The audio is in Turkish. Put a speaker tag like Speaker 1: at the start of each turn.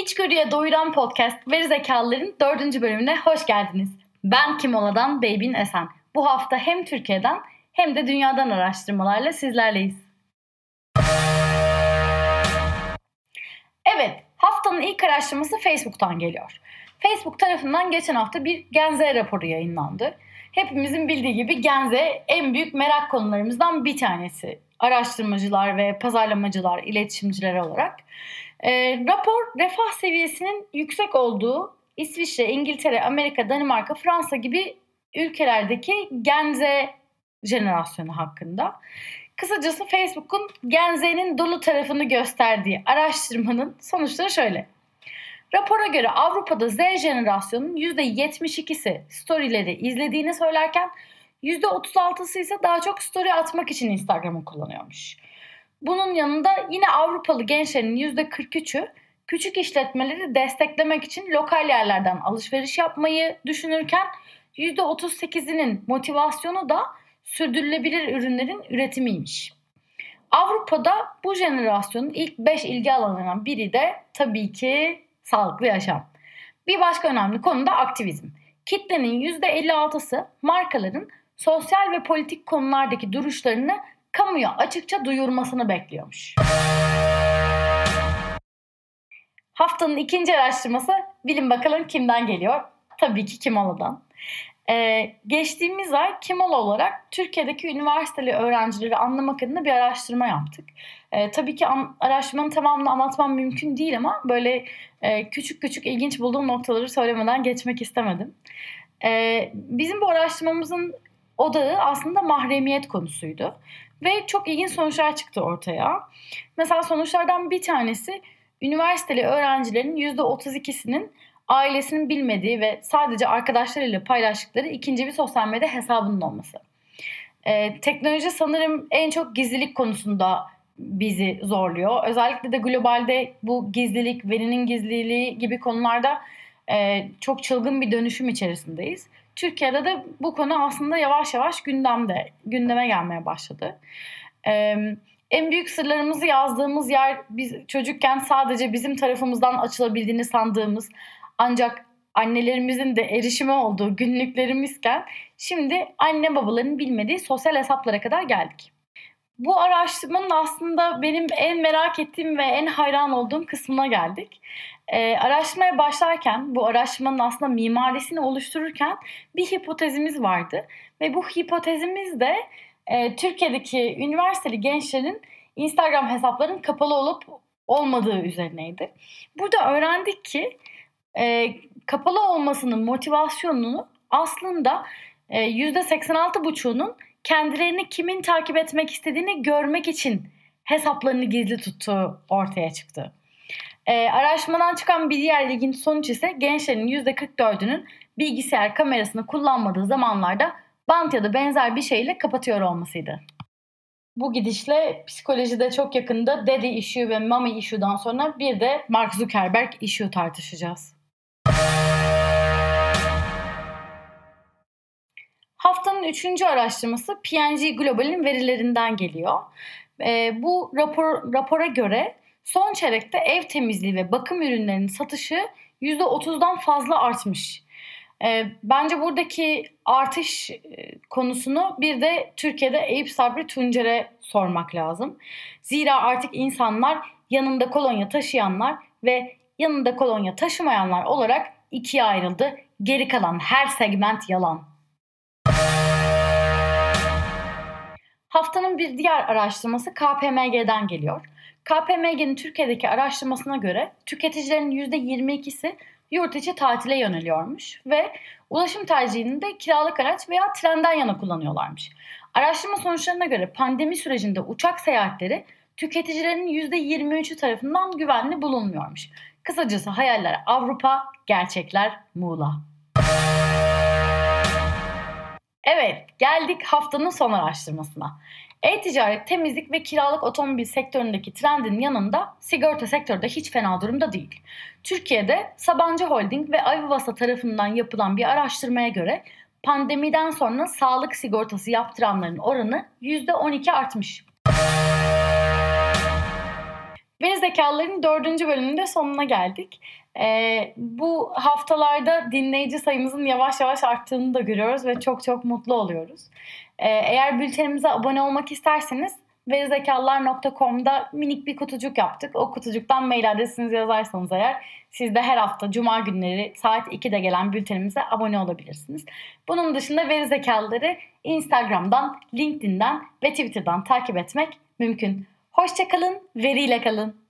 Speaker 1: İçgörüye doyuran podcast Veri Zekalıların 4. bölümüne hoş geldiniz. Ben Kimola'dan Beybin Esen. Bu hafta hem Türkiye'den hem de dünyadan araştırmalarla sizlerleyiz. Evet, haftanın ilk araştırması Facebook'tan geliyor. Facebook tarafından geçen hafta bir Gen Z raporu yayınlandı. Hepimizin bildiği gibi Gen Z en büyük merak konularımızdan bir tanesi. Araştırmacılar ve pazarlamacılar, iletişimciler olarak. Rapor refah seviyesinin yüksek olduğu İsviçre, İngiltere, Amerika, Danimarka, Fransa gibi ülkelerdeki Gen Z jenerasyonu hakkında. Kısacası Facebook'un Gen Z'nin dolu tarafını gösterdiği araştırmanın sonuçları şöyle. Rapora göre Avrupa'da Z jenerasyonunun %72'si storyleri izlediğini söylerken %36'sı ise daha çok story atmak için Instagram'ı kullanıyormuş. Bunun yanında yine Avrupalı gençlerin %43'ü küçük işletmeleri desteklemek için lokal yerlerden alışveriş yapmayı düşünürken %38'inin motivasyonu da sürdürülebilir ürünlerin üretimiymiş. Avrupa'da bu jenerasyonun ilk 5 ilgi alanlarından biri de tabii ki sağlıklı yaşam. Bir başka önemli konu da aktivizm. Kitlenin %56'sı markaların sosyal ve politik konulardaki duruşlarını kamuya açıkça duyurmasını bekliyormuş. Haftanın ikinci araştırması bilin bakalım kimden geliyor? Tabii ki Kimola'dan. Geçtiğimiz ay Kimola olarak Türkiye'deki üniversiteli öğrencileri anlamak adına bir araştırma yaptık. Tabii ki araştırmanın tamamını anlatmam mümkün değil ama böyle küçük küçük ilginç bulduğum noktaları söylemeden geçmek istemedim. Bizim bu araştırmamızın odağı aslında mahremiyet konusuydu. Ve çok ilginç sonuçlar çıktı ortaya. Mesela sonuçlardan bir tanesi üniversiteli öğrencilerin %32'sinin ailesinin bilmediği ve sadece arkadaşlarıyla paylaştıkları ikinci bir sosyal medya hesabının olması. Teknoloji sanırım en çok gizlilik konusunda bizi zorluyor. Özellikle de globalde bu gizlilik, verinin gizliliği gibi konularda çok çılgın bir dönüşüm içerisindeyiz. Türkiye'de de bu konu aslında yavaş yavaş gündeme gelmeye başladı. En büyük sırlarımızı yazdığımız yer biz çocukken sadece bizim tarafımızdan açılabildiğini sandığımız ancak annelerimizin de erişimi olduğu günlüklerimizken şimdi anne babaların bilmediği sosyal hesaplara kadar geldik. Bu araştırmanın aslında benim en merak ettiğim ve en hayran olduğum kısmına geldik. Araştırmaya başlarken, bu araştırmanın aslında mimarisini oluştururken bir hipotezimiz vardı. Ve bu hipotezimiz de Türkiye'deki üniversiteli gençlerin Instagram hesaplarının kapalı olup olmadığı üzerineydi. Burada öğrendik ki kapalı olmasının motivasyonunu aslında %86,5'unun kendilerini kimin takip etmek istediğini görmek için hesaplarını gizli tuttuğu ortaya çıktı. Araştırmadan çıkan bir diğer ilginç sonuç ise gençlerin %44'ünün bilgisayar kamerasını kullanmadığı zamanlarda bant ya da benzer bir şeyle kapatıyor olmasıydı. Bu gidişle psikolojide çok yakında Daddy issue ve Mommy issue'dan sonra bir de Mark Zuckerberg issue tartışacağız. Haftanın 3. araştırması P&G Global'in verilerinden geliyor. Bu rapora göre son çeyrekte ev temizliği ve bakım ürünlerinin satışı %30'dan fazla artmış. Bence buradaki artış konusunu bir de Türkiye'de Eyüp Sabri Tuncer'e sormak lazım. Zira artık insanlar yanında kolonya taşıyanlar ve yanında kolonya taşımayanlar olarak ikiye ayrıldı. Geri kalan her segment yalan. Haftanın bir diğer araştırması KPMG'den geliyor. KPMG'nin Türkiye'deki araştırmasına göre tüketicilerin %22'si yurt içi tatile yöneliyormuş ve ulaşım tercihini de kiralık araç veya trenden yana kullanıyorlarmış. Araştırma sonuçlarına göre pandemi sürecinde uçak seyahatleri tüketicilerin %23'ü tarafından güvenli bulunmuyormuş. Kısacası hayaller Avrupa, gerçekler Muğla. Evet, geldik haftanın son araştırmasına. E-ticaret, temizlik ve kiralık otomobil sektöründeki trendin yanında sigorta sektörü de hiç fena durumda değil. Türkiye'de Sabancı Holding ve Avivasa tarafından yapılan bir araştırmaya göre pandemiden sonra sağlık sigortası yaptıranların oranı %12 artmış. Veri zekaların 4. bölümünde sonuna geldik. Bu haftalarda dinleyici sayımızın yavaş yavaş arttığını da görüyoruz ve çok çok mutlu oluyoruz. Eğer bültenimize abone olmak isterseniz verizekalılar.com'da minik bir kutucuk yaptık. O kutucuktan mail adresinizi yazarsanız eğer siz de her hafta cuma günleri saat 2'de gelen bültenimize abone olabilirsiniz. Bunun dışında veri zekalıları Instagram'dan, LinkedIn'den ve Twitter'dan takip etmek mümkün. Hoşça kalın, veriyle kalın.